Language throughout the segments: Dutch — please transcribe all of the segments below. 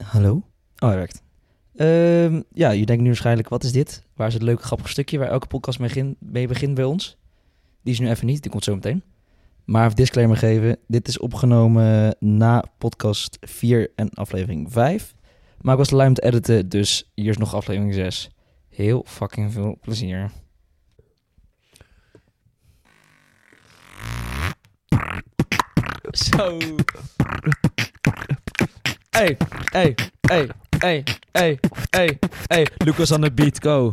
Hallo? Oh, hij werkt. Ja, je denkt nu waarschijnlijk, wat is dit? Waar is het leuke grappige stukje waar elke podcast mee begint bij ons? Die is nu even niet, die komt zo meteen. Maar even disclaimer geven. Dit is opgenomen na podcast 4 en aflevering 5. Maar ik was te lui om te editen, dus hier is nog aflevering 6. Heel fucking veel plezier. Zo. Hey. Lucas on the beat, go.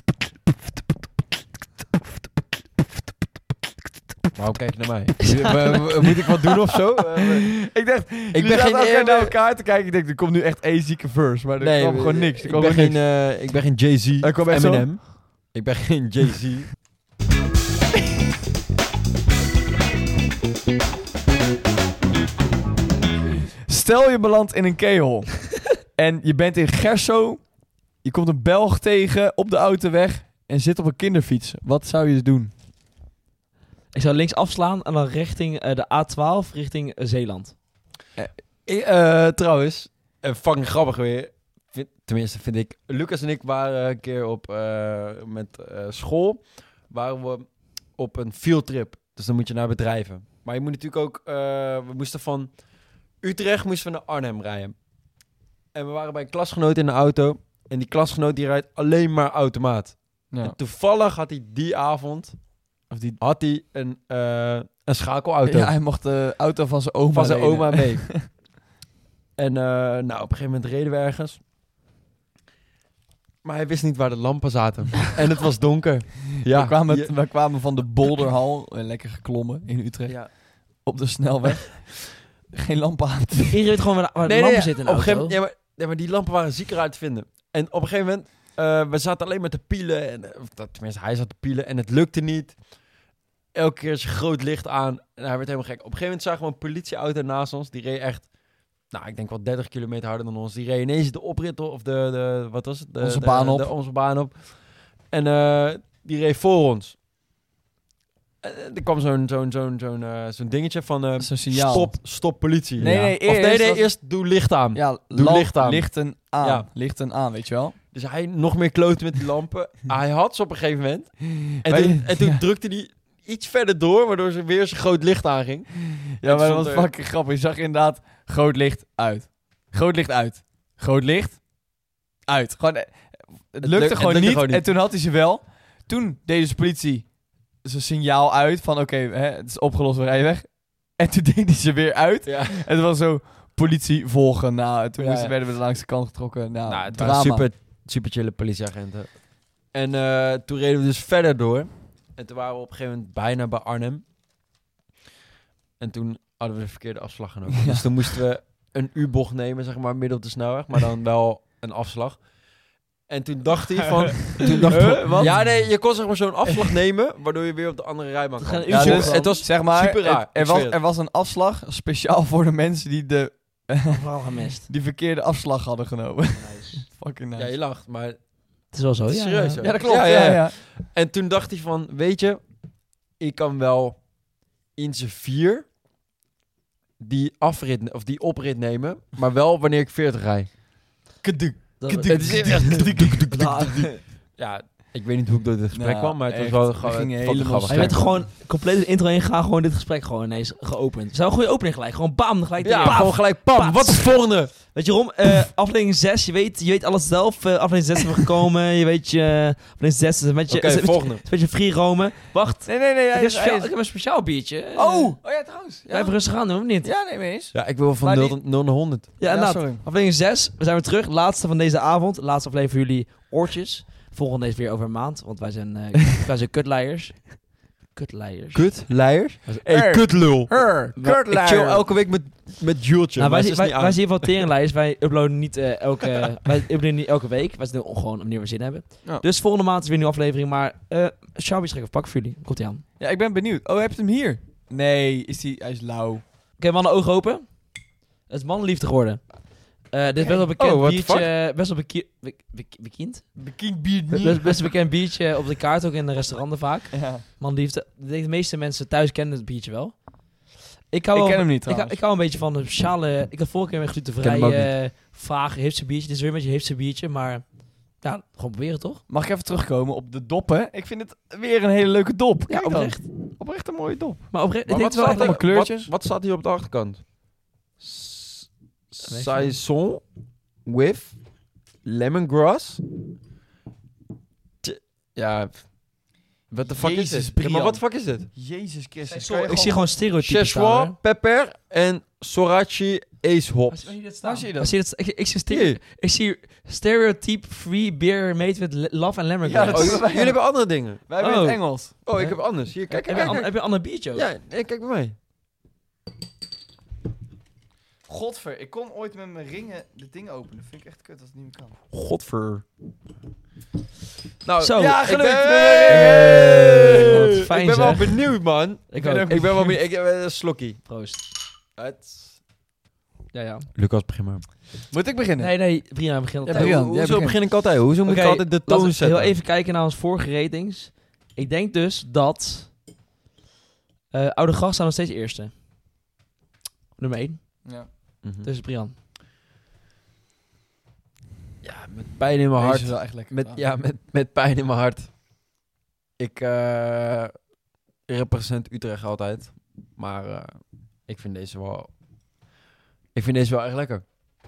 Waarom kijk je naar mij? Moet ik wat doen of zo? Ik dacht, ik ben geen eerder naar elkaar te kijken. Ik denk, er komt nu echt één zieke verse. Maar er kwam gewoon niks. Ik ben geen Jay-Z, Eminem. Ik ben geen Jay-Z. Stel je belandt in een keyhole. En je bent in Gerso. Je komt een Belg tegen op de autoweg. En zit op een kinderfiets. Wat zou je doen? Ik zou links afslaan en dan richting de A12, richting Zeeland. Trouwens, fucking grappig weer. Tenminste, vind ik. Lucas en ik waren een keer met school. Waren we op een fieldtrip. Dus dan moet je naar bedrijven. Maar je moet natuurlijk ook... we moesten van Utrecht naar Arnhem rijden. En we waren bij een klasgenoot in de auto. En die klasgenoot die rijdt alleen maar automaat. Ja. En toevallig had hij die avond... had hij een schakelauto. Ja, hij mocht de auto van zijn oma mee. En op een gegeven moment reden we ergens. Maar hij wist niet waar de lampen zaten. En het was donker. Ja, we kwamen van de Bolderhal. Lekker geklommen in Utrecht. Ja. Op de snelweg. Geen lampen aan. Iedereen weet gewoon waar de lampen zitten in de auto. Maar die lampen waren zieker uit te vinden. En op een gegeven moment... we zaten alleen maar te pielen. Tenminste, hij zat te pielen. En het lukte niet. Elke keer is een groot licht aan. En hij werd helemaal gek. Op een gegeven moment zagen we een politieauto naast ons. Die reed echt... Nou, ik denk wel 30 kilometer harder dan ons. Die reed ineens de oprit of wat was het? Onze baan op. En die reed voor ons. Er kwam zo'n dingetje van... zo'n signaal. Stop politie. Nee, eerst doe licht aan. Ja, doe licht aan. Lichten aan. Ja. Lichten aan, weet je wel. Dus hij nog meer kloten met die lampen. Hij had ze op een gegeven moment. En toen drukte hij iets verder door, waardoor ze weer zijn groot licht aanging. Ja, maar dat was fucking grappig. Je zag inderdaad groot licht uit. Groot licht uit. Groot licht uit. Gewoon, het lukte gewoon niet. En toen had hij ze wel. Toen deed de politie zijn signaal uit van oké, het is opgelost, we rijden weg. En toen deed hij ze weer uit. Ja. En het was zo, politie volgen. Nou, toen werden we langs de kant getrokken. Nou, het waren super chille politieagenten. En toen reden we dus verder door. En toen waren we op een gegeven moment bijna bij Arnhem. En toen hadden we de verkeerde afslag genomen. Ja. Dus toen moesten we een U-bocht nemen, zeg maar, midden op de snelweg. Maar dan wel een afslag. En toen dacht hij van... wat? Ja, nee, je kon zeg maar zo'n afslag nemen, waardoor je weer op de andere rijbaan kan. Ja, dus het was zeg maar, super raar. Er was een afslag speciaal voor de mensen die die verkeerde afslag hadden genomen. Nice. Fucking nice. Ja, je lacht, maar... Het is wel zo, ja. Serieus, ja, dat klopt. Ja. En toen dacht hij van, weet je, ik kan wel in z'n 4 die afrit of die oprit nemen, maar wel wanneer ik 40 rij. Ja, ik weet niet hoe ik door dit gesprek kwam, maar het was wel gewoon grappig. Hij werd gewoon compleet de intro ingegaan, gewoon dit gesprek gewoon ineens geopend. Het zou een goede opening gelijk, gewoon bam, gelijk. Ja, gewoon gelijk pam. Wat is het volgende? Weet je waarom? Aflevering 6, je weet alles zelf. Aflevering 6 zijn we gekomen, je weet je... Aflevering 6 is een beetje... volgende. Een beetje free romen. Wacht. Nee. Ik heb een speciaal biertje. Oh ja, trouwens. Ja. Even rustig aan doen, of niet? Ja, nee, mee eens. Ja, ik wil van 0 naar 100. Ja, inderdaad. Aflevering 6, we zijn weer terug. Laatste van deze avond. Laatste aflevering voor jullie oortjes. Volgende is weer over een maand, want wij zijn kutleiers. Kutleiers? Hey, kutlul. Kutleier. Ik chill elke week met Jultje. Nou, wij zien van teringleiers. Wij uploaden niet elke week. Wij doen gewoon wanneer we zin hebben. Ja. Dus volgende maand is weer een nieuwe aflevering. Maar Shelby schrik of pak voor jullie. Komt hij aan? Ja, ik ben benieuwd. Oh, heb je hem hier? Nee, hij is lauw. Oké, man, de ogen open. Het is mannenliefde geworden. Dit is best wel bekend biertje. Best wel bekend? Best een bekend biertje op de kaart, ook in de restauranten vaak. Ja. Manliefde. Ik denk de meeste mensen thuis kennen het biertje wel. Ik hou ken hem niet ik hou een beetje van de speciale... Ik had vorige keer met de ken hem ook vrij vage hipster biertje. Dit is weer een beetje een hipster biertje, maar... Ja, gewoon proberen toch? Mag ik even terugkomen op de doppen? Ik vind het weer een hele leuke dop. Ja, Kijk dan. oprecht. Oprecht een mooie dop. Maar oprecht, Maar ik denk wel echt allemaal kleurtjes. Wat staat hier op de achterkant? Saison with lemongrass. Ja, what the fuck is Jezus, dit? Brian. Maar wat de fuck is dit? Jezus Christus. Ik zie gewoon stereotypen Szechuan, pepper en Sorachi Ace Hop. Waar zie je dat? Ik zie stereotype free beer made with love and lemongrass. Ja, dat Oh, is wel- jullie hebben andere dingen. Wij hebben Oh. het Engels. Oh, ik heb anders. Hier, kijk, heb, kijk, je kijk. heb je een ander biertje ook? Ja, nee, kijk bij mij. Godver, ik kon ooit met mijn ringen de ding openen. Dat vind ik echt kut als het niet meer kan. Godver. Nou, Zo. Ja, ik gelukt. Hey, wat fijn, ik ben wel zeg. benieuwd, man. Ik ben ook. ook- Ik ben wel benieuwd. Ik heb een slokkie. Proost. Ja, ja. Lucas, begin maar. Moet ik beginnen? Nee, Brian, begin op Ja, tijd. Brian, jij Hoezo begint. begin ik altijd? Hoezo moet ik Oké, altijd de laten toon we zetten? heel even kijken naar onze vorige ratings. Ik denk dus dat... Oude Gast staat nog steeds eerste. Nummer 1. Ja. Mhm. Dus Brian. Ja, met pijn in mijn Deze hart. is wel echt lekker. Met pijn in mijn hart. Ik represent Utrecht altijd. Maar ik vind deze wel... Ik vind deze wel echt lekker.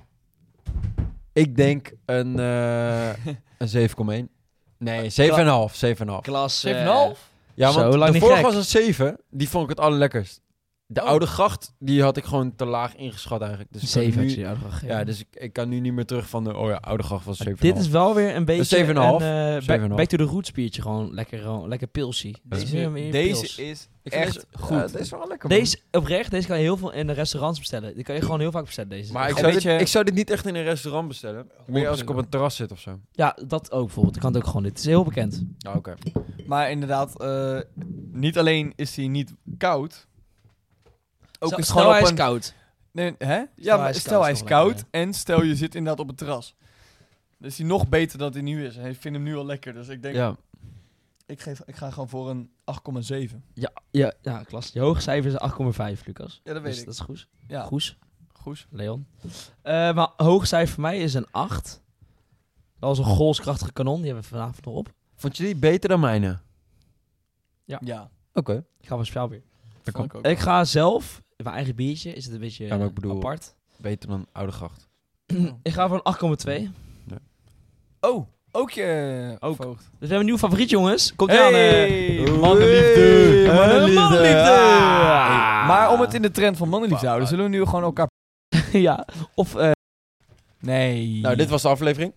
Ik denk een 7,1. Nee, 7,5. 7,5. Klas. 7,5? Ja, Zo, want lang de niet vorige gek. was een 7. Die vond ik het allerlekkerst. De Oh. Oude Gracht, die had ik gewoon te laag ingeschat eigenlijk. Dus ik kan 7 nu, had je Oude Gracht gegeven. ja, dus ik kan nu niet meer terug van de... Oh ja, Oude Gracht was 7,5. Dit is wel weer een beetje 7,5. een 7,5. back to the roots biertje. Gewoon lekker pilsie. Deze is Ik vind echt deze- goed. Ja, deze is wel lekker, man. Deze, oprecht, deze kan je heel veel in de restaurants bestellen. Die kan je gewoon heel vaak bestellen, deze. Maar ik Gewoon zou, een beetje- ik zou dit niet echt in een restaurant bestellen. Meer als ik op een terras zit of zo. Ja, dat ook bijvoorbeeld. Ik kan het ook gewoon dit. Het is heel bekend. Ja, oké. Maar inderdaad, niet alleen is hij niet koud. Ook is het Stel gewoon hij op is een... koud. Nee, hè? hij Ja, maar is stel koud, hij is is nog koud lekker, en stel je zit inderdaad op het terras. Dan is hij nog beter dan hij nu is. En ik vind hem nu al lekker. Dus ik denk, Ja. ik ga gewoon voor een 8,7. Ja, klas. Je hoge cijfer is 8,5, Lucas. Ja, dat weet Dus ik. dat is goed. Ja, Goes, goed. Leon. Maar hoge cijfer voor mij is een 8. Dat was een goalskrachtige kanon. Die hebben we vanavond nog op. Vond je die beter dan mijne? Ja, Oké. Ik ga van speciaal weer. vond ik ook. Ik ga zelf, mijn eigen biertje, is het een beetje Ja, maar ik bedoel- apart. Beter dan Oude Gracht. Ik ga voor een 8,2. Oh, ook je Ook. voogd. Dus we hebben een nieuw favoriet, jongens. Komt Hey, aan. mannenliefde. Mannenliefde. Hey, maar om het in de trend van mannenliefde te houden, zullen we nu gewoon elkaar... Ja, of... Nee. Nou, dit was de aflevering.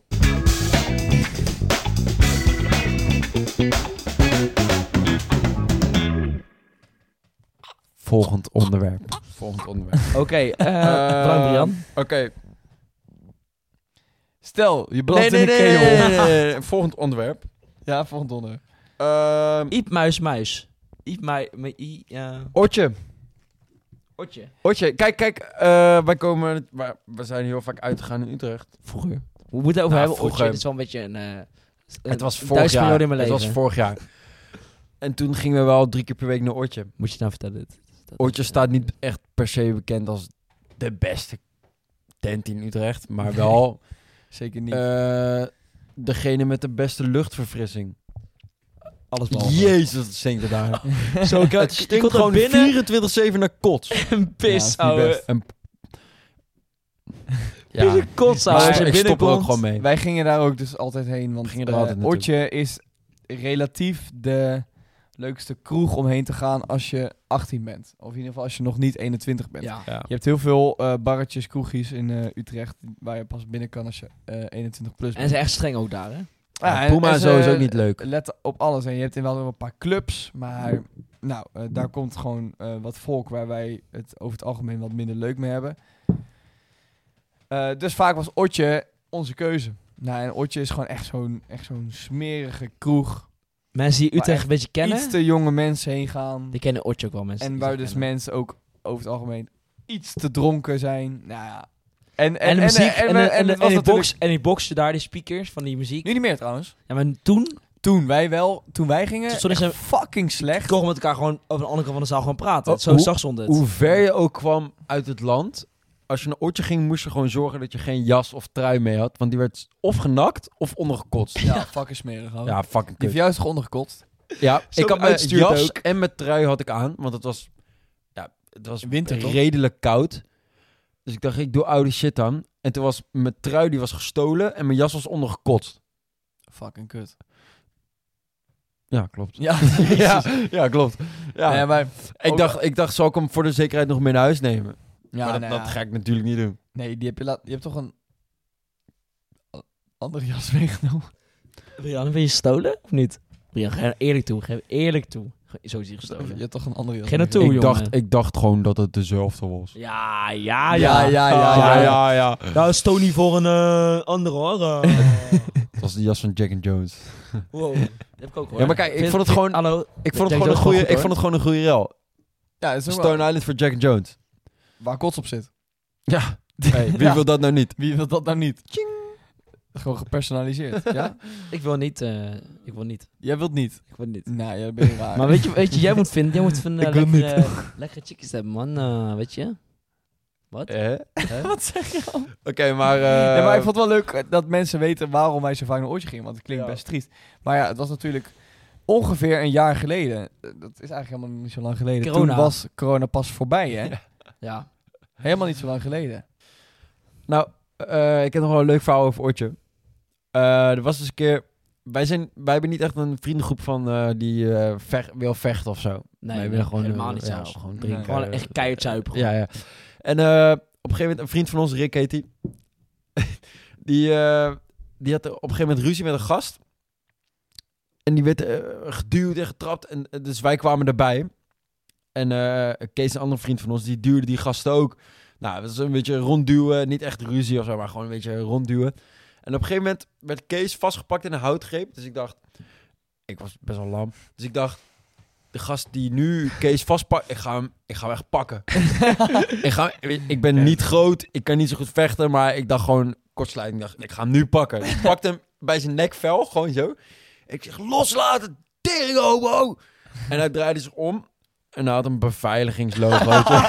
Volgend onderwerp. Oké, bedankt Brian. Oké. Stel, je brandt in de kegel. nee. Volgend onderwerp. Ja, volgend onderwerp. Iep muis. Iep Otje. Otje. Otje, kijk. We zijn heel vaak uitgegaan in Utrecht. Vroeger. We moeten het over Ja, hebben. vroeger. Otje, dit is wel een beetje een... Het was een vorig thuisperiode jaar. in mijn Het leven. was vorig jaar. En toen gingen we wel 3 keer per week naar Otje. Moet je nou vertellen dit? Otje staat niet echt per se bekend als de beste tent in Utrecht. Maar wel Zeker niet. degene met de beste luchtverfrissing. Alles behalve. Jezus, het stinkt er daar. Zo, ik Het stinkt gewoon binnen 24/7 naar kots. een pis, Ja, is niet ouwe. best. Ja. Is een kots, ouwe. Maar Als je ik stop er ook binnenkomt. gewoon mee. Wij gingen daar ook dus altijd heen, want Gingen er altijd naartoe. Otje is relatief de leukste kroeg om heen te gaan als je 18 bent. Of in ieder geval als je nog niet 21 bent. Ja. Ja. Je hebt heel veel barretjes, kroegjes in Utrecht waar je pas binnen kan als je 21 plus En bent. ze zijn echt streng ook daar, hè? Ja, en- Puma en is ze sowieso niet leuk. Let op alles. En je hebt wel een paar clubs, maar nou, daar komt gewoon wat volk waar wij het over het algemeen wat minder leuk mee hebben. Dus vaak was Otje onze keuze. Nou, en Otje is gewoon echt zo'n smerige kroeg. Mensen die Maar Utrecht echt een beetje kennen, Iets te jonge mensen heen gaan. die kennen Otje ook wel, mensen. En die waar ze dus kennen. mensen ook over het algemeen iets te dronken zijn. Nou ja. En de muziek, het was en die natuurlijk- box, en die boxen daar, die speakers van die muziek. Nu niet meer trouwens. Ja, maar toen Toen wij gingen, Toen is echt fucking slecht. konden met elkaar gewoon over de andere kant van de zaal gewoon praten. Oh, Zo zacht stond het. Hoe ver je ook kwam uit het land, als je naar Otje ging, moest je gewoon zorgen dat je geen jas of trui mee had. Want die werd of genakt of ondergekotst. Ja, fucking smerig. Hoor. Ja, fucking Die kut. heeft juist toch ondergekotst? Ja, Zo ik had mijn uitstuurt jas ook. en mijn trui had ik aan, want het was Winter, toch? redelijk koud. Dus ik dacht, ik doe oude shit aan. En toen was mijn trui die was gestolen en mijn jas was ondergekotst. Fucking kut. Ja, klopt. Ja, ja, klopt. Ja. Ja, maar, Ik dacht, zal ik hem voor de zekerheid nog mee naar huis nemen? ja, maar nee, dat ja. ga ik natuurlijk niet doen. Nee, die heb je hebt toch een andere jas meegenomen? Brian, ben je gestolen of niet? Brian, geef eerlijk toe. Geef eerlijk toe. Zo is hij Je gestolen. hebt toch een andere jas Geen naartoe, meegenomen? jongen. Ik dacht gewoon dat het dezelfde was. Ja. ja. Nou, is Tony voor een andere hoor. Het was de jas van Jack and Jones. Wow. Dat heb ik ook hoor. Ja, maar kijk, ik vond het gewoon... Hallo. Ik vond Jack het Jones gewoon wel goed, een goede rel. Ja, het is ook Stone wel Island voor Jack and Jones. waar kots op zit. Ja. Hey, wie Ja. wil dat nou niet? Wie wil dat nou niet? Gewoon gepersonaliseerd, ja? Ik wil niet. Ik wil niet. Jij wilt niet. Ik wil niet. Nou, jij bent raar. Maar weet je, jij moet vinden Ik wil lekkere chickies hebben, man. Weet je? Wat? Wat zeg je al? Oké, maar... Ja, maar ik vond het wel leuk dat mensen weten waarom wij zo vaak naar Oortje gingen. Want het klinkt Ja. best triest. Maar ja, het was natuurlijk ongeveer een jaar geleden. Dat is eigenlijk helemaal niet zo lang geleden. Corona. Toen was corona pas voorbij, hè? Ja. Ja. Helemaal niet zo lang geleden. Nou, ik heb nog wel een leuk verhaal over Otje. Er was dus een keer... Wij hebben niet echt een vriendengroep van die wil vechten of zo. Nee, wij willen gewoon helemaal niet ja, zelfs. gewoon drinken. Gewoon echt keihard zuipen. gewoon. Ja, ja. En op een gegeven moment, een vriend van ons, Rick heet die... die had op een gegeven moment ruzie met een gast. En die werd geduwd en getrapt. En dus wij kwamen erbij. En Kees, een andere vriend van ons, die duwde die gasten ook. Nou, het was een beetje rondduwen. Niet echt ruzie of zo, maar gewoon een beetje rondduwen. En op een gegeven moment werd Kees vastgepakt in een houtgreep. Dus ik dacht... Ik was best wel lam. Dus ik dacht... De gast die nu Kees vastpakt... Ik ga hem echt pakken. Ik ben niet groot. Ik kan niet zo goed vechten. Maar ik dacht gewoon... Kortsluiting. Ik dacht, ik ga hem nu pakken. Dus ik pakte hem bij zijn nekvel. Gewoon zo. Ik zeg, loslaten. Tering, homo. En hij draaide zich om. En hij had een beveiligingslogootje.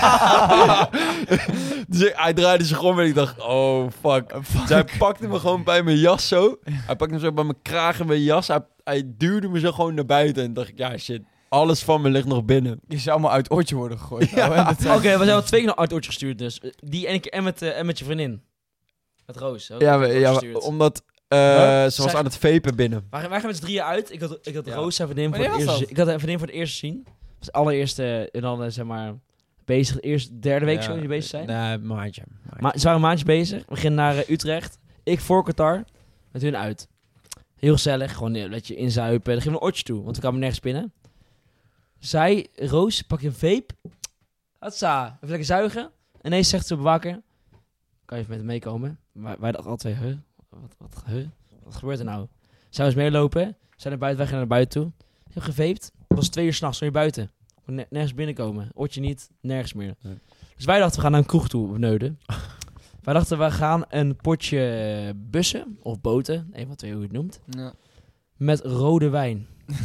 Dus hij draaide zich om en ik dacht, oh fuck. Dus hij pakte me gewoon bij mijn jas zo. Hij pakte me zo bij mijn kraag en mijn jas. Hij duwde me zo gewoon naar buiten. En dacht ik, ja shit, alles van me ligt nog binnen. Je zou maar uit Oortje worden gegooid. Ja. Nou, hè? Dat- Oké, we zijn al 2 keer naar Art Oortje gestuurd dus. Die ene keer en met je vriendin. Met Roos. Omdat Wat? ze was Zeg- aan het vapen binnen. Wij gaan met z'n drieën uit. Ik had Ja. Roos zijn vriendin voor Wanneer het was eerste dat? Ik had een vriendin voor het eerst zien. Dat was de allereerste, en dan zeg maar bezig, de eerste derde week zo die bezig zijn. Nee, maatje. Maar ze waren een maandje bezig. We gingen naar Utrecht. Ik voor Qatar. Met hun uit. Heel gezellig. Gewoon een beetje inzuipen. Dan gingen we een Otje toe. Want we kwamen nergens binnen. Zij, Roos, pak je een vape. Hatsa. Even lekker zuigen. En ineens zegt ze bewaker. Kan je even met hem meekomen? Maar wij dachten al twee. Wat gebeurt er nou? Zij was meelopen. Zijn naar buiten. Wij gaan naar buiten toe. Heel gevaped. Het was 2 uur s'nachts. Zo je buiten. Gewoon nergens binnenkomen. Otje niet. Nergens meer. Nee. Dus wij dachten we gaan naar een kroeg toe. Neuden. Wij dachten we gaan een potje bussen. Of boten. Een van twee hoe je het noemt. Ja. Met rode wijn.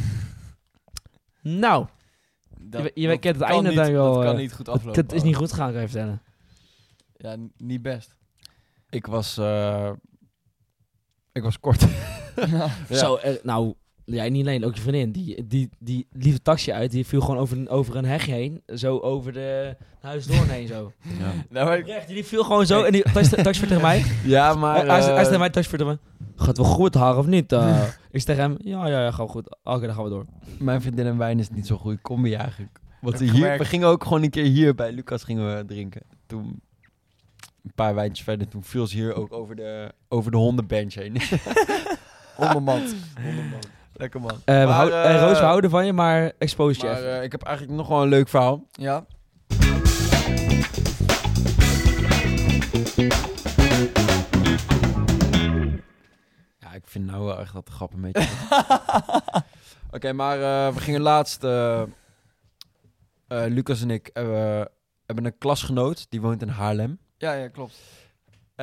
Nou. Je kent het kan einde niet, dan wel. Dat kan niet goed aflopen. Het is niet goed gegaan, kan je vertellen. Ja, niet best. Ik was kort. Ja. Ja. Zo, nou, jij niet alleen, ook je vriendin. Die liep het taxi uit. Die viel gewoon over een heg heen. Zo over de huisdoorn heen zo. Ja, Nou, maar Oprecht, die viel gewoon zo. En die taxichauffeur tegen mij. ja maar... Hij zei tegen mij, taxichauffeur tegen mij. Gaat wel goed haar of niet? Ik zeg tegen hem, ja, gaat goed. Oké, dan gaan we door. Mijn vriendin en wijn is niet zo'n goede combi eigenlijk. Want Heb ik gemerkt. we gingen ook gewoon een keer hier bij Lucas gingen we drinken. Toen, een paar wijntjes verder, toen viel ze hier ook over de hondenbench heen. Hondenmand. Lekker man. Roos, we houden van je, maar expose je Maar even. ik heb eigenlijk nog wel een leuk verhaal. Ja. Ja, ik vind nou wel echt dat de grap een beetje... Oké, maar we gingen laatst... Lucas en ik hebben een klasgenoot, die woont in Haarlem. Ja, klopt.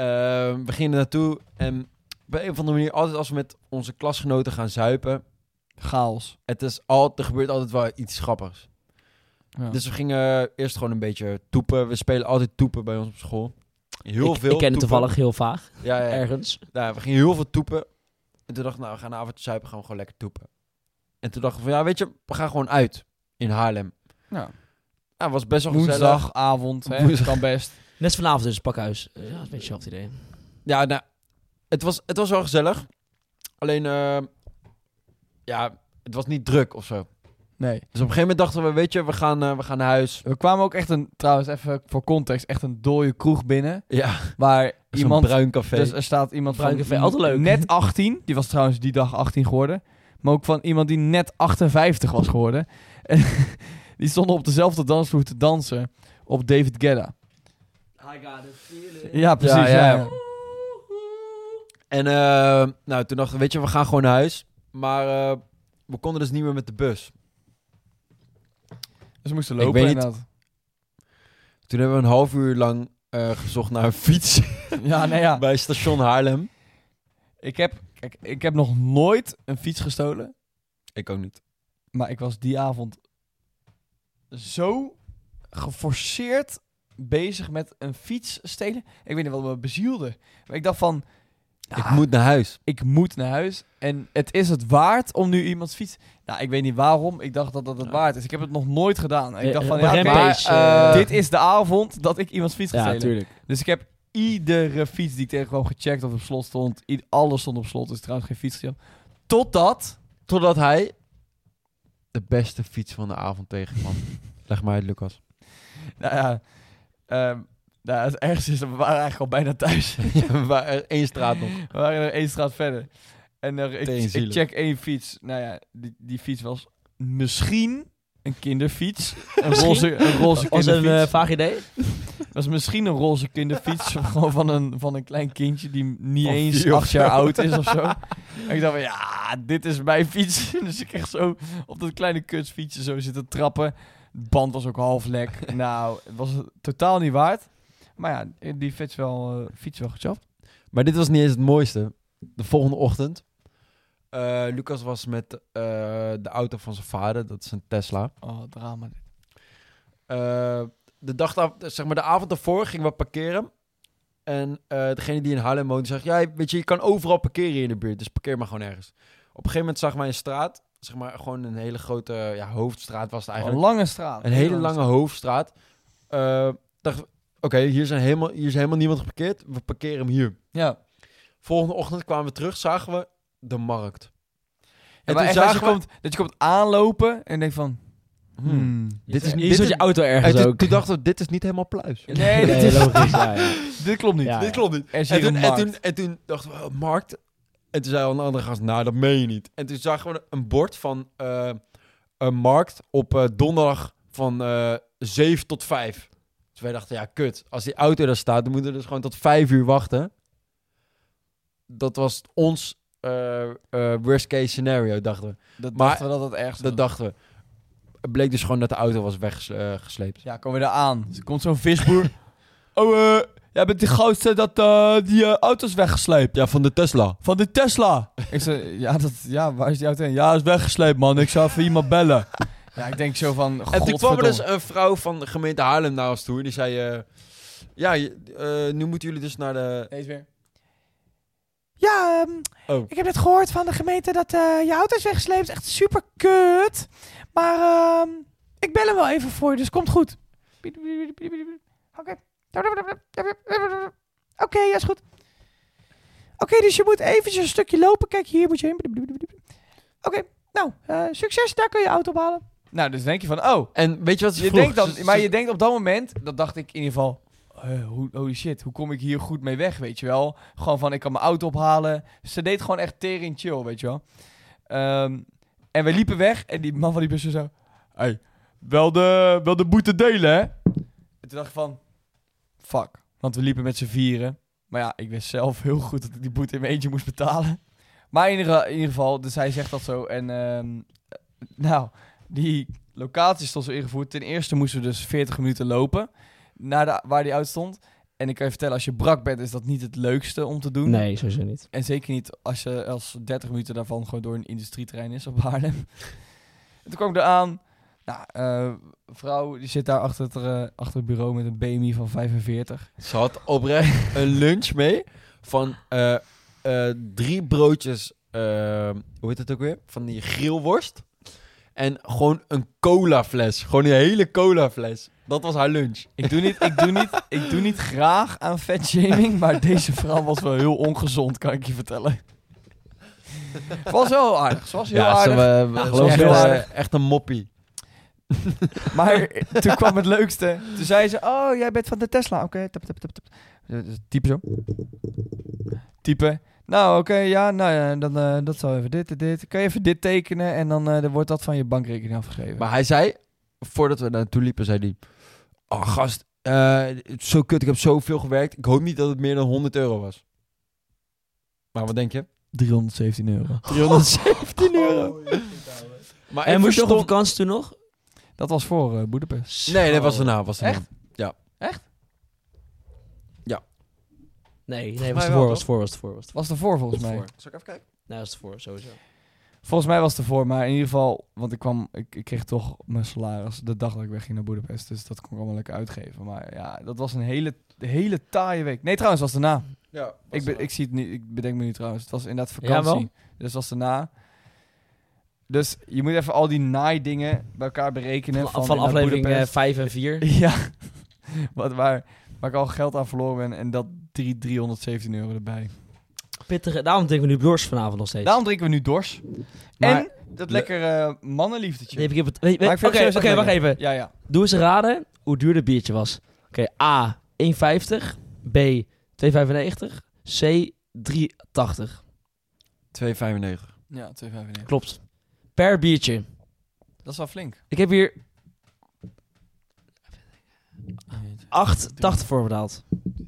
We gingen er naartoe en op een of andere manier, altijd als we met onze klasgenoten gaan zuipen, Chaos. Er gebeurt altijd wel iets grappigs. Ja. Dus we gingen eerst gewoon een beetje toepen. We spelen altijd toepen bij ons op school. Heel veel Ik ken het toepen. toevallig heel vaag. Ja. Ergens. Nou, we gingen heel veel toepen. En toen dachten we, we gaan een avond zuipen, gaan we gewoon lekker toepen. En toen dachten we van, weet je, we gaan gewoon uit in Haarlem. Ja. Het was best wel gezellig. Woensdagavond, hè? Woensdag. Kan best. Net vanavond dus, pakhuis. Ja, dat is een beetje hetzelfde idee. Ja, nou, het was wel gezellig. Alleen, het was niet druk of zo. Nee. Dus op een gegeven moment dachten we, weet je, we gaan naar huis. We kwamen ook echt trouwens even voor context, echt een dode kroeg binnen. Ja, Waar iemand bruin café. Dus er staat iemand Bruin van café, altijd leuk. net 18. Die was trouwens die dag 18 geworden. Maar ook van iemand die net 58 was geworden. En die stonden op dezelfde dansvloer te dansen op David Guetta. I got a feeling. Ja, precies. Ja. En toen dachten we, weet je, we gaan gewoon naar huis. Maar we konden dus niet meer met de bus. Dus we moesten Ik lopen weet niet. inderdaad. Toen hebben we een half uur lang gezocht naar een fiets Ja, nee ja. bij station Haarlem. Ik heb nog nooit een fiets gestolen. Ik ook niet. Maar ik was die avond zo geforceerd bezig met een fiets stelen. Ik weet niet wat me bezielde. Maar ik dacht van... Ik moet naar huis. Ik moet naar huis. En het is het waard om nu iemands fiets... Nou, ik weet niet waarom. Ik dacht dat het waard is. Ik heb het nog nooit gedaan. En ik dacht van... Op een Ja, rampage, dit is de avond dat ik iemands fiets ga Ja, stelen. tuurlijk. Dus ik heb iedere fiets die ik tegenkwam gecheckt of op slot stond. Alles stond op slot. Dus trouwens geen fiets gehad. Totdat hij de beste fiets van de avond tegenkwam. Leg maar uit, Lucas. Nou ja... het ergste is dat we waren eigenlijk al bijna thuis. Ja, we waren 1 straat nog. We waren er 1 straat verder. En ik Tegenzielig. check 1 fiets. Nou ja, die fiets was misschien een kinderfiets. Een roze Was kinderfiets. een vaag idee? Was misschien een roze kinderfiets. Gewoon van een klein kindje die niet Van eens 4 of 8 jaar zo. oud is of zo. En ik dacht van, ja, dit is mijn fiets. Dus ik echt zo op dat kleine kutsfietsje zo zitten trappen. De band was ook half lek. Nou, het was het totaal niet waard. Maar ja, die fiets wel gechapt. Maar dit was niet eens het mooiste. De volgende ochtend. Lucas was met de auto van zijn vader. Dat is een Tesla. Oh, drama dit. De avond ervoor gingen we parkeren. En degene die in Haarlem woont zegt... Ja, weet je, je kan overal parkeren in de buurt. Dus parkeer maar gewoon ergens. Op een gegeven moment zagen wij een straat. Zeg maar gewoon een hele grote hoofdstraat was het Een eigenlijk. lange straat. Een hele lange hoofdstraat. Dacht oké, hier is helemaal niemand geparkeerd. We parkeren hem hier. Ja. Volgende ochtend kwamen we terug, zagen we de markt. En maar echt, dat je komt aanlopen en denkt van... Dit is Hier zit je auto ergens en ook. toen dachten we, dit is niet helemaal pluis. Nee, dit is logisch. Ja. Dit klopt niet. Ja. Dit klopt niet. Er is hier een markt. En toen dachten we, markt. En toen zei een andere gast, nou, dat meen je niet. En toen zagen we een bord van een markt op donderdag van 7 tot 5. Dus wij dachten, ja, kut. Als die auto daar staat, dan moeten we dus gewoon tot 5 uur wachten. Dat was ons worst case scenario, dachten we. Dachten we dat het ergste Dat was. dachten we. Het bleek dus gewoon dat de auto was weggesleept. Ja, komen we daar aan. Er komt zo'n visboer. Jij bent die goudste dat die auto is weggesleept. Ja, van de Tesla. Van de Tesla. Ik zei, waar is die auto heen? Ja, is weggesleept, man. Ik zou even iemand bellen. Ja, ik denk zo van, En toen kwam er dus godverdomme. een vrouw van de gemeente Haarlem naar ons toe. En die zei, nu moeten jullie dus naar de... Deze weer. Ja, ik heb net gehoord van de gemeente dat je auto is weggesleept. Echt super kut. Maar ik bel hem wel even voor je, dus komt goed. Oké. Oké, ja, is goed. Oké, dus je moet eventjes een stukje lopen. Kijk, hier moet je heen. Oké, nou, succes. Daar kun je auto ophalen. Nou, dus denk je van, oh. En weet je wat ze Je vroeg? denkt dan, maar je denkt op dat moment, dat dacht ik in ieder geval... holy shit, hoe kom ik hier goed mee weg, weet je wel? Gewoon van, ik kan mijn auto ophalen. Ze deed gewoon echt tering chill, weet je wel? En we liepen weg en die man van die bus zo... Hey, wel de boete delen, hè? En toen dacht ik van... Fuck. Want we liepen met z'n vieren. Maar ja, ik wist zelf heel goed dat ik die boete in mijn eentje moest betalen. Maar in ieder geval, dus hij zegt dat zo. En die locatie stond zo ingevoerd. Ten eerste moesten we dus 40 minuten lopen naar waar die auto stond. En ik kan je vertellen, als je brak bent, is dat niet het leukste om te doen. Nee, sowieso niet. En zeker niet als 30 minuten daarvan gewoon door een industrieterrein is op Haarlem. En toen kwam ik eraan. Nou, een vrouw die zit daar achter het bureau met een BMI van 45. Ze had oprecht een lunch mee van 3 broodjes, hoe heet het ook weer? Van die grillworst. En gewoon een colafles. Gewoon een hele colafles. Dat was haar lunch. Ik doe niet graag aan fatshaming, maar deze vrouw was wel heel ongezond, kan ik je vertellen. Het was wel aardig. Ze was heel aardig. Ze was heel aardig. Echt een moppie. Maar toen kwam het leukste. Toen zei ze, oh, jij bent van de Tesla. Oké, type zo. Type. Nou, oké, ja, nou ja, dan dat zal even dit. Kan je even dit tekenen en dan wordt dat van je bankrekening afgegeven. Maar hij zei, voordat we naartoe liepen, zei hij... Oh, gast, zo kut, ik heb zoveel gewerkt. Ik hoop niet dat het meer dan €100 was. Maar wat denk je? €317. €317. Maar En moest je nog op vakantie toen nog? Dat was voor Boedapest. Nee, dat was erna. Echt? Ja. Echt? Ja. Nee, mij was wel, ervoor. Was ervoor volgens mij. Zal ik even kijken? Nee, was ervoor, sowieso. Volgens mij was het ervoor, maar in ieder geval... Want ik kreeg toch mijn salaris de dag dat ik wegging naar Boedapest. Dus dat kon ik allemaal lekker uitgeven. Maar ja, dat was een hele taaie week. Nee, trouwens, was daarna. Ja. Ik zie het niet. Ik bedenk me nu trouwens. Het was inderdaad vakantie. Jawel. Dus het was daarna. Dus je moet even al die naai-dingen bij elkaar berekenen. Van aflevering 5 en 4. Ja. waar ik al geld aan verloren ben. En dat €317 erbij. Pittige, daarom drinken we nu beurs vanavond nog steeds. Daarom drinken we nu dors. Maar- En dat lekkere mannenliefdetje. Nee, ik heb het... Maar ik vind het Oké, wacht even. Ja. Doe eens raden hoe duur het biertje was. Oké, A, 1,50. B, 2,95. C, 3,80. €2,95. Ja, €2,95. Klopt. Per biertje. Dat is wel flink. Ik heb hier 8,80 voor betaald.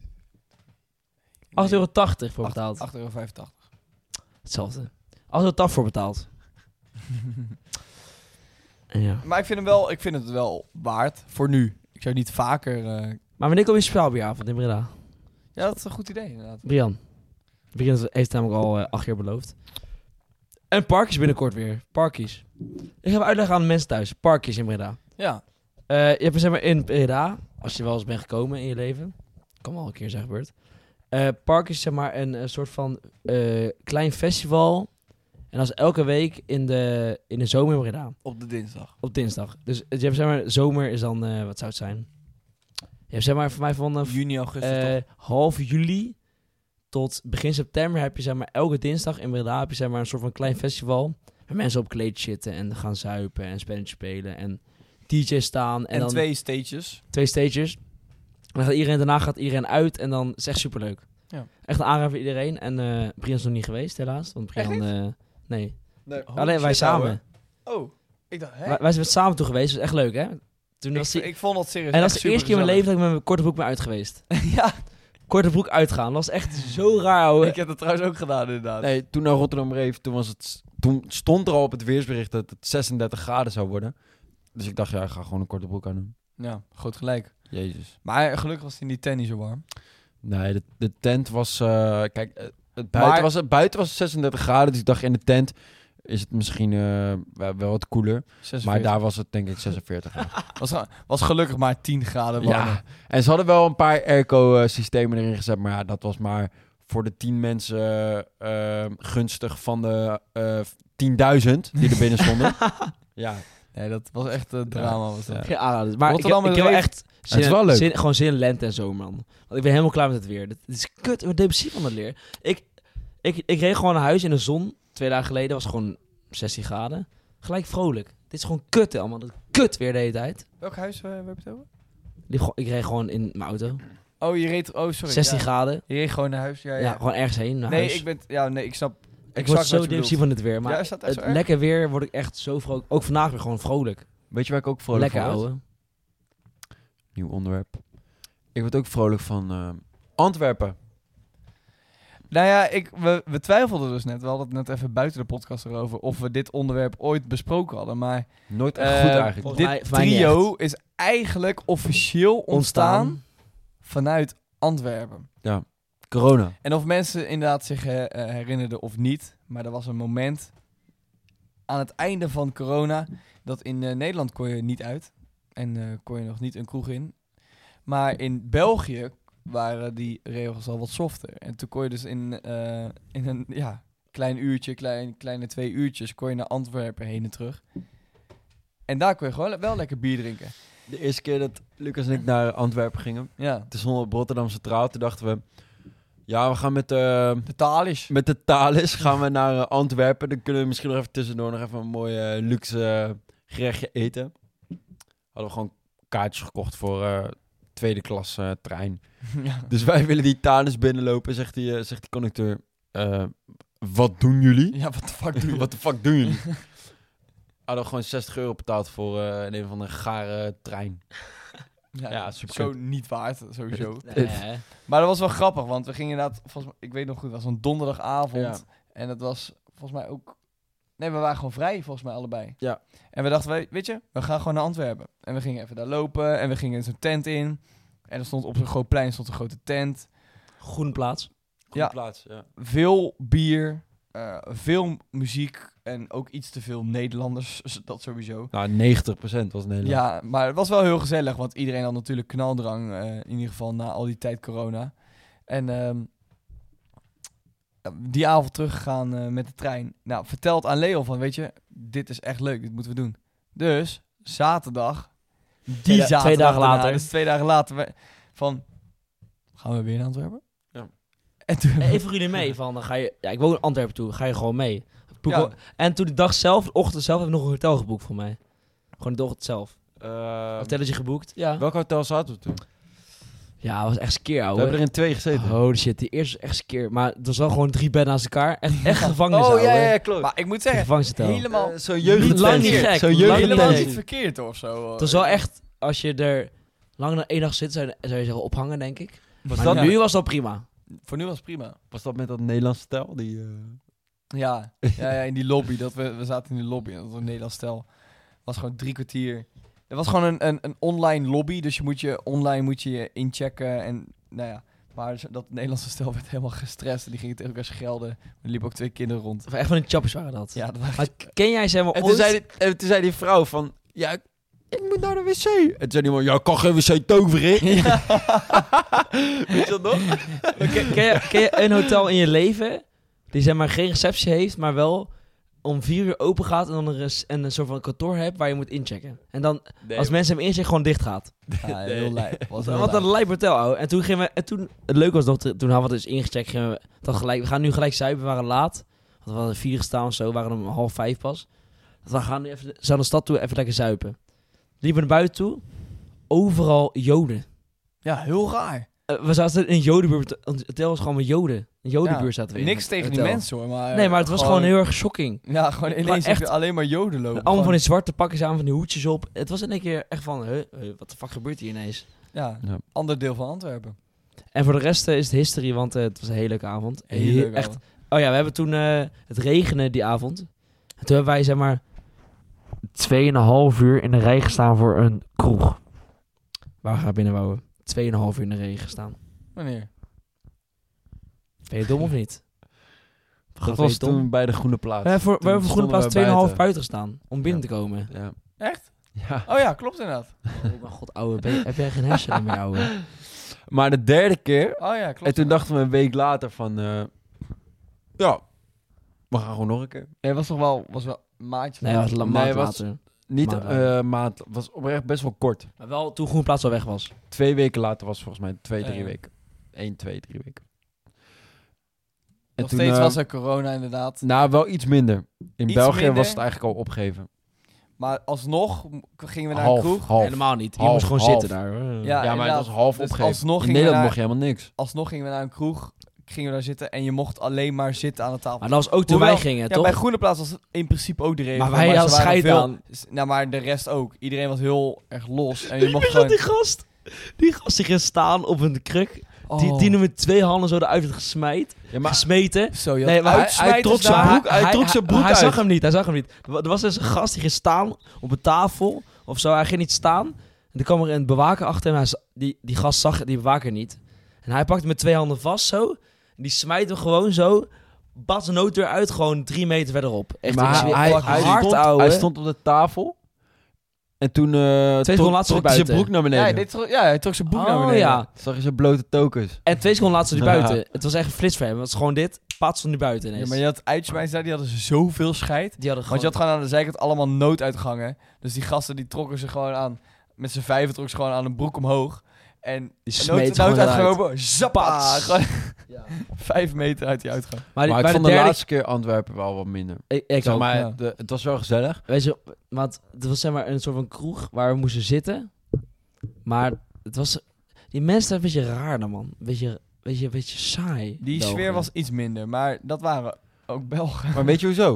€8,80 voor betaald. €8,85. Hetzelfde. €8,80 voor betaald. Ja. Maar ik vind het wel waard voor nu. Ik zou niet vaker... Maar wanneer kom je speciaalbieravond in Breda? Ja, dat is een goed idee inderdaad. Brian heeft het namelijk al 8 jaar beloofd. En Parkies binnenkort weer. Parkies. Ik ga even uitleggen aan de mensen thuis. Parkies in Breda. Ja. Je hebt zeg maar in Breda, als je wel eens bent gekomen in je leven, kan wel een keer zijn gebeurd. Parkies is zeg maar een soort van klein festival. En dat is elke week in de zomer in Breda. Op de dinsdag. Op dinsdag. Dus je hebt zeg maar, zomer is dan, wat zou het zijn? Je hebt zeg maar voor mij vanaf Juni, augustus toch? half juli tot begin september heb je zeg maar elke dinsdag in Breda heb je zeg maar een soort van klein festival. Waar mensen op kleedjes zitten en gaan zuipen en spelletjes spelen en DJ's staan. En dan 2 stages. 2 stages. En daarna gaat iedereen uit en dan is het echt superleuk. Ja. Echt een aanrader voor iedereen. En Brian is nog niet geweest helaas. Want Brian, nee. Nee. Alleen wij samen. Oh, ik dacht, hè? Wij zijn samen toe geweest. Dat is echt leuk hè. Toen was Ik vond dat serieus. en dat is echt de eerste keer in mijn leven supergezellig. dat ik met mijn korte broek ben uit geweest. Ja, Korte broek uitgaan. Dat was echt zo raar ouwe. ik heb dat trouwens ook gedaan inderdaad. Nee, toen naar Rotterdam reed, toen stond er al op het weersbericht dat het 36 graden zou worden. Dus ik dacht, ja, ik ga gewoon een korte broek aan doen. Ja, groot gelijk. Jezus. Maar gelukkig was het in die tent niet zo warm. Nee, de tent was... kijk, buiten was het 36 graden, dus ik dacht in de tent is het misschien wel wat koeler. 46. Maar daar was het denk ik 46 graden. was gelukkig maar 10 graden warmer. Ja, en ze hadden wel een paar airco-systemen erin gezet, maar ja, dat was maar voor de 10 mensen gunstig van de 10.000 die er binnen stonden. Ja. Nee, dat was echt een drama. Was dat. Ja. Geen aanrader. Maar Rotterdam ik heb wel echt Het is wel leuk. gewoon zin in lente en zomer, man. Want ik ben helemaal klaar met het weer. Het is kut. Ik ben depressief van het weer. Ik reed gewoon naar huis in de zon. 2 dagen geleden was het gewoon 16 graden. Gelijk vrolijk. Dit is gewoon kut, allemaal. Dat kut weer de hele tijd. Welk huis heb je het over? Ik reed gewoon in mijn auto. Oh, je reed... Oh, sorry. 16 ja. graden. Je reed gewoon naar huis? Ja, Ja, ja. gewoon ergens heen naar Nee, huis. ik snap... Ik word zo depressief van het weer. Maar Ja, is dat echt het zo erg? lekker weer word ik echt zo vrolijk. Ook vandaag weer gewoon vrolijk. Weet je waar ik ook vrolijk Lekker, van word? ouwe. Nieuw onderwerp. Ik word ook vrolijk van Antwerpen. Nou ja, we twijfelden dus net. We hadden het net even buiten de podcast erover of we dit onderwerp ooit besproken hadden. Maar Nooit echt goed eigenlijk. volgens mij- dit voor mij niet trio is eigenlijk officieel ontstaan vanuit Antwerpen. Corona. En of mensen inderdaad zich herinnerden of niet, maar er was een moment aan het einde van corona dat in Nederland kon je niet uit en kon je nog niet een kroeg in. Maar in België waren die regels al wat softer. En toen kon je dus in een klein uurtje, kleine 2 uurtjes, kon je naar Antwerpen heen en terug. En daar kon je gewoon wel lekker bier drinken. De eerste keer dat Lucas en ik naar Antwerpen gingen, Ja. toen stonden we op Rotterdam Centraal, toen dachten we, ja, we gaan met De Thalys. met de Thalys gaan we naar Antwerpen. Dan kunnen we misschien nog even tussendoor nog even een mooi luxe gerechtje eten. Hadden we gewoon kaartjes gekocht voor tweede klas trein. Ja. Dus wij willen die Thalys binnenlopen, zegt die conducteur. Wat doen jullie? Ja, wat de fuck doe je? Wat de fuck doen jullie? Hadden we gewoon €60 betaald voor een van de gare trein. Ja, super Zo kut. niet waard, sowieso. Nee. Maar dat was wel grappig, want we gingen inderdaad, ik weet nog goed, het was een donderdagavond. Ja. En het was volgens mij ook... Nee, we waren gewoon vrij, volgens mij allebei. Ja. En we dachten, weet je, we gaan gewoon naar Antwerpen. En we gingen even daar lopen en we gingen in zo'n tent in. En er stond op zo'n groot plein een grote tent. Groene plaats. Ja. Plaats, ja. Veel bier, veel muziek en ook iets te veel Nederlanders, dat sowieso. Nou, 90% was Nederland. Ja, maar het was wel heel gezellig, want iedereen had natuurlijk knaldrang, in ieder geval na al die tijd corona. En die avond teruggegaan met de trein. Nou, verteld aan Leo van, weet je, dit is echt leuk, dit moeten we doen. Dus, zaterdag, Twee dagen daarna, later. dus 2 dagen later, van, gaan we weer naar Antwerpen? Ja. En toen... Even voor jullie mee. Van, dan ga je, ja, ik woon in Antwerpen toe. Ga je gewoon mee. Ja. En toen de dag zelf, de ochtend zelf, heb ik nog een hotel geboekt voor mij. Gewoon de ochtend zelf. Hotelletje geboekt. Ja. Welk hotel zaten we toen? Ja, het was echt skeer, We ouwe. hebben er in 2 gezeten. Holy shit, die eerste was echt skeer. Maar het was wel gewoon 3 bedden naast elkaar. Echt gevangenis, Oh, ouwe. ja, klopt. Maar ik moet zeggen, Gevangenishotel. helemaal Zo'n Niet jeugdtent. lang niet gek. Zo'n Lang jeugdtent. helemaal Nee. niet verkeerd of zo. Het was wel echt, als je er langer dan 1 dag zit, zou je zeggen ophangen, denk ik. Was Maar dat, nu was dat prima. Voor nu was het prima. was dat met dat Nederlandse stel? Ja, in die lobby. We zaten in die lobby. Dat was een Nederlands stel. Was gewoon 3 kwartier. Er was gewoon een online lobby. Dus online moet je inchecken. En nou ja. Maar dat Nederlandse stel werd helemaal gestrest. En die gingen tegen elkaar schelden. Er liepen ook 2 kinderen rond. Echt van die chappies waren dat. Ja, dat waren Maar ken jij ze helemaal En toen zei die vrouw van, ja, ik moet naar de wc. En toen zei die man, ja, ik kan geen wc toveren. Weet je dat nog? Ken je een hotel in je leven die zeg maar geen receptie heeft, maar wel om 4 uur open gaat en dan een soort van kantoor hebt waar je moet inchecken. En dan, als mensen hem inchecken, gewoon dicht gaat. Ja, heel lijp. Wat een lijp hotel, ouwe. En toen gingen we, het leuke was nog, toen hadden we dus ingecheckt, gingen we dan gelijk, we gaan nu gelijk zuipen, we waren laat. Want we hadden 4 gestaan of zo, we waren om 4:30 pas. We gaan nu even zo naar de stad toe, even lekker zuipen. Liepen naar buiten toe, overal Joden. Ja, heel raar. We zaten in een Jodenbuurt, het hotel was gewoon met Joden. Een Jodenbuurt zaten we in. Niks tegen die hotel. mensen hoor. Maar, Nee, maar het was gewoon heel erg shocking. Ja, gewoon ineens echt- heb je alleen maar Joden lopen. Allemaal van die zwarte pakjes aan, van die hoedjes op. Het was in één keer echt van, wat de fuck gebeurt hier ineens? Ja, Ja. ander deel van Antwerpen. En voor de rest is het history, want het was een hele leuke avond. Heel leuk, echt. ouwe. Oh ja, we hebben toen het regende die avond. En toen hebben wij zeg maar 2,5 uur in de rij gestaan voor een kroeg. Waar we binnen wouden. 2,5 uur in de regen gestaan. Wanneer? Ben je dom of niet? Dat was toen bij de Groene Plaats. We hebben voor Groene stonden Plaats we 2,5 buiten gestaan. Om binnen te komen. Ja. Echt? Ja. Oh ja, klopt inderdaad. Oh mijn god, ouwe. Heb jij geen hersenen meer, ouwe? Maar de derde keer, Oh ja, klopt. en toen dachten we een week later van, ja, we gaan gewoon nog een keer. Nee, was wel een maandje. Nee, dat was een Nee, maand was- later. Niet Maar, maand, was oprecht best wel kort. Maar wel toen Groene Plaats al weg was. 2 weken later was het volgens mij 2, 3 Ja. weken. 1, 2, 3 weken. En Nog toen, steeds was er corona inderdaad. Nou, wel iets minder. In Iets België minder? was het eigenlijk al opgegeven. Maar alsnog gingen we naar Half, een kroeg. half. Helemaal niet. Je Half, moest gewoon half. zitten daar. Hoor. Ja, Ja, maar het inderdaad. was half Dus opgegeven. alsnog In gingen we Nederland naar- mocht je helemaal niks. Alsnog gingen we naar een kroeg. Gingen we daar zitten en je mocht alleen maar zitten aan de tafel. Maar dat was ook toen Hoewel- wij gingen, ja, toch? bij Groene Plaats was het in principe ook de regel. Maar wij hadden ze waren scheid veel- aan. Nou, maar de rest ook. Iedereen was heel erg los. En je mocht Weet je wat, gewoon... die gast die ging staan op een kruk. Oh. Die met 2 handen zo eruit werd gesmijt. Ja, maar Gesmeten. Zo, je Nee, had maar uitsmijters hij trok zijn daar. broek- hij trok zijn broek hij uit. zag hem niet, Er was dus een gast die ging staan op een tafel of zo. Hij ging niet staan. En er kwam er een bewaker achter hem. Die gast zag die bewaker niet. En hij pakt hem met 2 handen vast zo. Die smijt hem gewoon zo. Bas de nooddeur uit, gewoon 3 meter verderop. Echt, Maar hij stond op de tafel. En toen seconden later trok hij zijn broek naar beneden. Hij trok zijn broek naar beneden. Ja. Zag je zijn blote tokens. En 2 seconden later stond hij buiten. Het was echt een flits voor hem. Het was gewoon dit. Pat stond hij buiten ineens. Ja, maar je had Uitschmijns daar, die hadden ze zoveel scheid. Die hadden Want je had gewoon aan de zijkant allemaal nooduitgangen. Dus die gasten die trokken ze gewoon aan. Met z'n 5 trokken ze gewoon aan een broek omhoog. En die smeet nooduitgang open. Zappa! Gewoon Ja. 5 meter uit die uitgang. Maar ik vond de laatste keer Antwerpen wel wat minder. Ik zeg ook, maar, ja. het was wel gezellig. Weet je, want het was zeg maar een soort van kroeg waar we moesten zitten. Maar het was... Die mensen zijn een beetje raar dan, man. Een beetje saai. Die Belgen. sfeer was iets minder, maar dat waren ook Belgen. Maar weet je hoezo?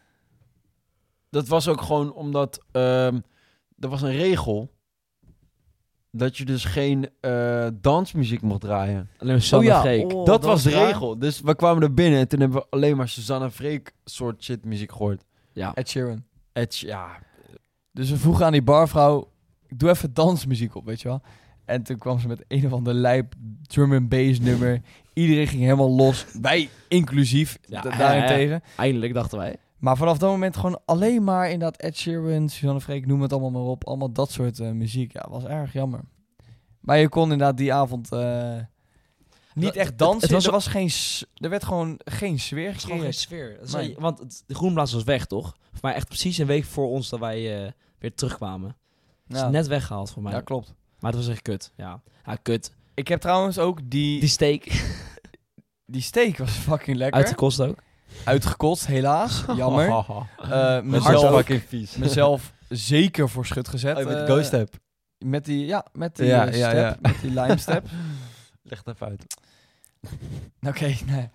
Dat was ook gewoon omdat... er was een regel... dat je dus geen dansmuziek mocht draaien. Alleen maar Susanne Freek. Dat was de raar. regel. Dus we kwamen er binnen en toen hebben we alleen maar Susanne Freek soort shit muziek gehoord. Ja. Ed Sheeran. Ja. Dus we vroegen aan die barvrouw, doe even dansmuziek op, weet je wel. En toen kwam ze met een of ander lijp drum and bass nummer. Iedereen ging helemaal los. Wij inclusief, daarentegen. Eindelijk, dachten wij. Maar vanaf dat moment gewoon alleen maar in dat Ed Sheeran, Susanne Freek, noem het allemaal maar op. Allemaal dat soort muziek. Ja, was erg jammer. Maar je kon inderdaad die avond niet echt dansen. Er werd gewoon geen sfeer Het was gewoon geen gecreëerd. sfeer. Nee. Want de groenblaas was weg, toch? Voor mij echt precies een week voor ons dat wij weer terugkwamen. Het is net weggehaald voor mij. Ja, klopt. Maar het was echt kut. Ja, kut. Ik heb trouwens ook Die steak. Die steak was fucking lekker. Uitgekost ook. Uitgekost, helaas. Jammer. Mezelf fucking vies. Mezelf zeker voor schut gezet. Met de ghost app. Met die Ja. step, met die lime step. Leg het even uit. Oké, nee.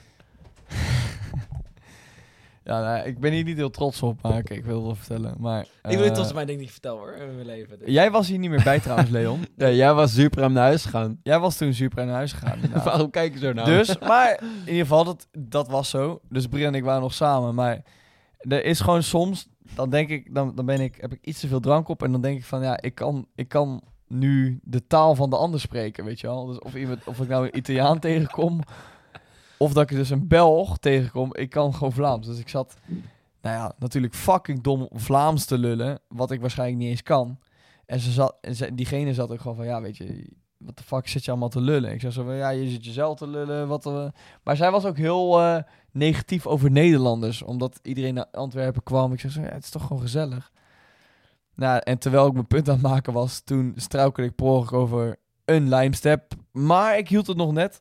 Ja, ik ben hier niet heel trots op, maar oké, ik wil het wel vertellen. Maar, Ik wil niet tot mijn ding niet vertellen hoor, in mijn leven. Dus. Jij was hier niet meer bij trouwens, Leon. Ja, jij was super naar huis gegaan. Jij was toen super naar huis gegaan. inderdaad. Waarom kijk je zo naar? Dus, maar in ieder geval, dat was zo. Dus Brian en ik waren nog samen. Maar er is gewoon soms, dan denk ik, heb ik iets te veel drank op. En dan denk ik van, ja, ik kan nu de taal van de ander spreken, weet je wel. Dus of ik nou een Italiaan tegenkom, of dat ik dus een Belg tegenkom, ik kan gewoon Vlaams. Dus ik zat, natuurlijk fucking dom Vlaams te lullen, wat ik waarschijnlijk niet eens kan. En diegene zat ook gewoon van, ja, weet je, wat de fuck zit je allemaal te lullen? Ik zei zo van, ja, je zit jezelf te lullen. Maar zij was ook heel negatief over Nederlanders, omdat iedereen naar Antwerpen kwam. Ik zei zo, ja, het is toch gewoon gezellig. Nou, en terwijl ik mijn punt aan het maken was, toen struikelde ik per ongeluk over een limestep. Maar ik hield het nog net.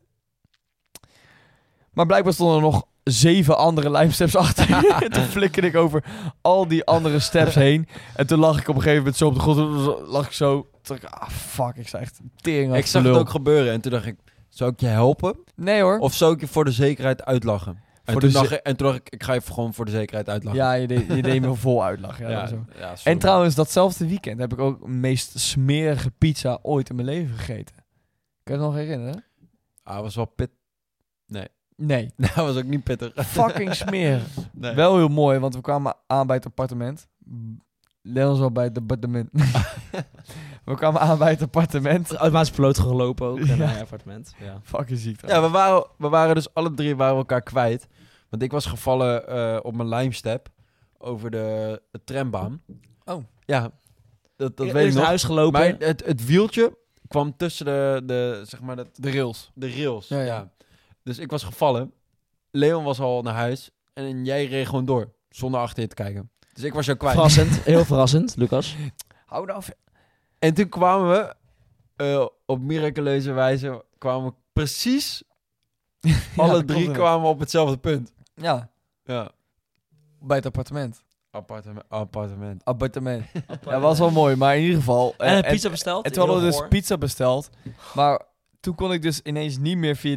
Maar blijkbaar stonden er nog 7 andere limesteps achter. Toen flikkerde ik over al die andere steps heen. En toen lag ik op een gegeven moment zo op de grond. Lag ik zo. Toen dacht ik, fuck, ik sta echt tering. Ik zag het ook gebeuren en toen dacht ik, zou ik je helpen? Nee hoor. Of zou ik je voor de zekerheid uitlachen? En toen dacht ik ga je gewoon voor de zekerheid uitlachen. Ja, je deed me vol uitlachen. Ja, zo. Ja, en trouwens, datzelfde weekend heb ik ook de meest smerige pizza ooit in mijn leven gegeten. Kan je het nog herinneren? Ah, was wel pit. Nee. Dat was ook niet pittig. Fucking smerig. Nee. Wel heel mooi, want we kwamen aan bij het appartement. Leon al bij het appartement. We kwamen aan bij het appartement. Automatisch verloot gelopen ook Ja. naar het appartement. Ja. Fucking ziek. Ja, we waren dus alle 3 elkaar kwijt. Want ik was gevallen op mijn limestep over de trambaan. Oh. Ja, dat weet ik Eerst naar nog. huis gelopen. Maar het wieltje kwam tussen de rails. de rails. Ja, Ja, ja. Dus ik was gevallen. Leon was al naar huis. En jij reed gewoon door. Zonder achter je te kijken. Dus ik was jou kwijt. Verrassend. Heel verrassend, Lucas. Hou nou af. En toen kwamen we op miraculeuze wijze kwamen we precies alle dat 3 klopt. kwamen op hetzelfde punt. Ja, Ja. bij het appartement. Appartement. Ja, was wel mooi, maar in ieder geval. En een pizza besteld. En toen hadden we Heel dus goor. pizza besteld. Maar toen kon ik dus ineens niet meer via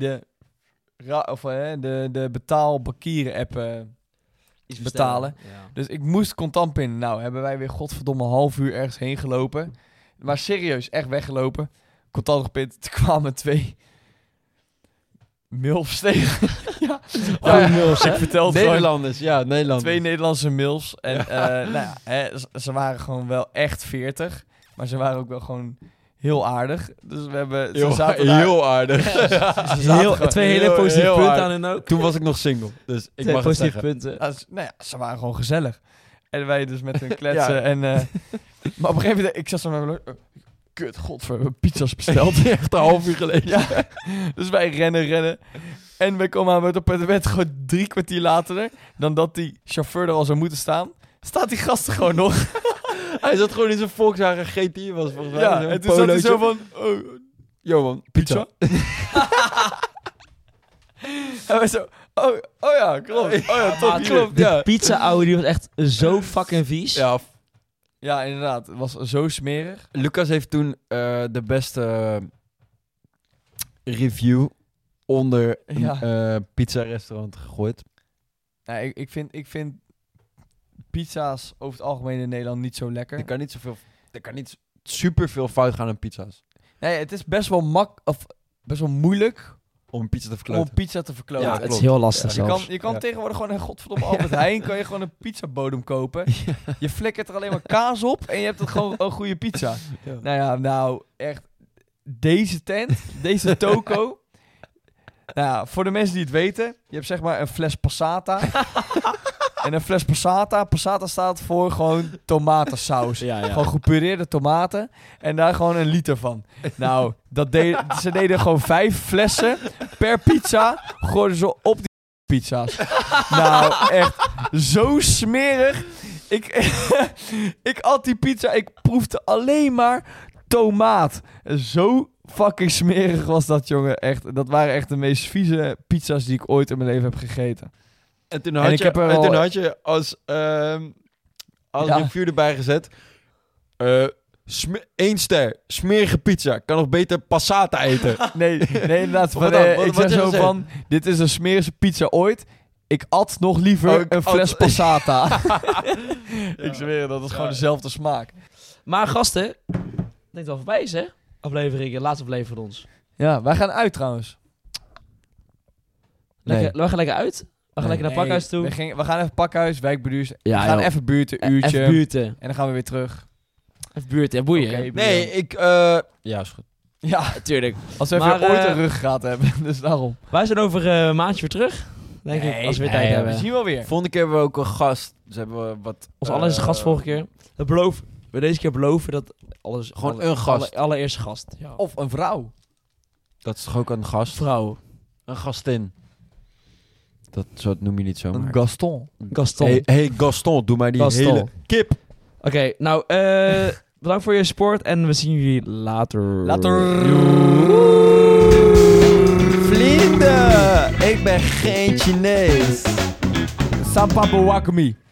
de betaalbankieren-app Iets betalen. bestellen. Ja. Dus ik moest contant pinnen. Nou, hebben wij weer godverdomme een half uur ergens heen gelopen. Maar serieus, echt weggelopen. Contant gepint. Toen kwamen 2 milfs tegen. Ja. Goeie milfs, hè? Ik vertel het gewoon. Nederlanders, ja, Nederlanders. 2 Nederlandse milfs. En ze waren gewoon wel echt 40. Maar ze waren ook wel gewoon heel aardig. Dus we hebben... Heel aardig. Twee hele positieve punten aan hun ook. Toen was ik nog single, dus ik Twee mag het positieve zeggen. punten. Ze waren gewoon gezellig. En wij dus met hun kletsen. En, maar op een gegeven moment, ik zat zo naar mijn kut, godver, we hebben pizza's besteld. Echt een half uur geleden. Ja. Dus wij rennen. En we komen aan met op het bed gewoon 3 kwartier later, dan dat die chauffeur er al zou moeten staan, staat die gast er gewoon nog. Hij zat gewoon in zijn Volkswagen GT, was volgens mij. Ja, en toen zat hij zo van... Yo man, pizza. En wij zo... Oh ja, klopt. Oh ja, top, klopt. De pizza-ouwe die was echt zo fucking vies. Ja, inderdaad. Het was zo smerig. Lucas heeft toen de beste review onder een pizza-restaurant gegooid. Ja, ik vind pizza's over het algemeen in Nederland niet zo lekker. Er kan niet super veel fout gaan aan pizza's. Nee, het is best wel best wel moeilijk Om een pizza te verkloten. om pizza te verkloten. Ja, Ja, het is klopt. heel lastig zelfs. Je kan tegenwoordig gewoon, godverdomme, Albert Heijn, kan je gewoon een pizzabodem kopen. Je flikkert er alleen maar kaas op en je hebt het gewoon een goede pizza. Ja. Nou echt, deze tent, deze toko. Nou ja, voor de mensen die het weten, je hebt zeg maar een fles passata. En een fles passata staat voor gewoon tomatensaus. Ja. Gewoon gepureerde tomaten. En daar gewoon 1 liter van. Nou, ze deden gewoon 5 flessen per pizza. Gooiden ze op die pizza's. Nou, echt zo smerig. Ik at die pizza. Ik proefde alleen maar tomaat. Zo fucking smerig was dat, jongen. Echt, dat waren echt de meest vieze pizza's die ik ooit in mijn leven heb gegeten. En toen had je als review erbij gezet... 1 ster, smerige pizza. Kan nog beter passata eten. Nee, inderdaad. Ik zeg zo van, dit is de smerigste pizza ooit. Ik at nog liever een fles passata. Ik zweer, dat is gewoon dezelfde smaak. Maar gasten, ik denk dat het al voorbij is, hè? Aflevering, laatste aflevering van ons. Ja, wij gaan uit trouwens. We gaan lekker uit. We gaan lekker naar Pakhuis toe. We gaan even Pakhuis, wijkbuurs. Ja, we gaan joh. even buurten, uurtje. Even buurten. En dan gaan we weer terug. Even buurten, ja, boeien. Oké, Nee, ja, is goed. Ja, natuurlijk. als we Maar, even ooit een ruggraat hebben. Dus daarom. Wij zijn over een maandje weer terug. Denk ik, als we weer tijd hebben. We zien wel weer. Volgende keer hebben we ook een gast. Dus hebben we wat... Ons allereerste gast vorige keer. We deze keer beloven dat alles... Gewoon een gast. Allereerste gast. Ja. Of een vrouw. Dat is toch ook een gast? vrouw. Een gastin. Zo noem je niet zo. Een Gaston. Gaston. Hey Gaston, doe mij die Gaston. hele kip. Oké, nou, bedankt voor je support en we zien jullie later. Vrienden, ik ben geen Chinees. Sampa Bewakami.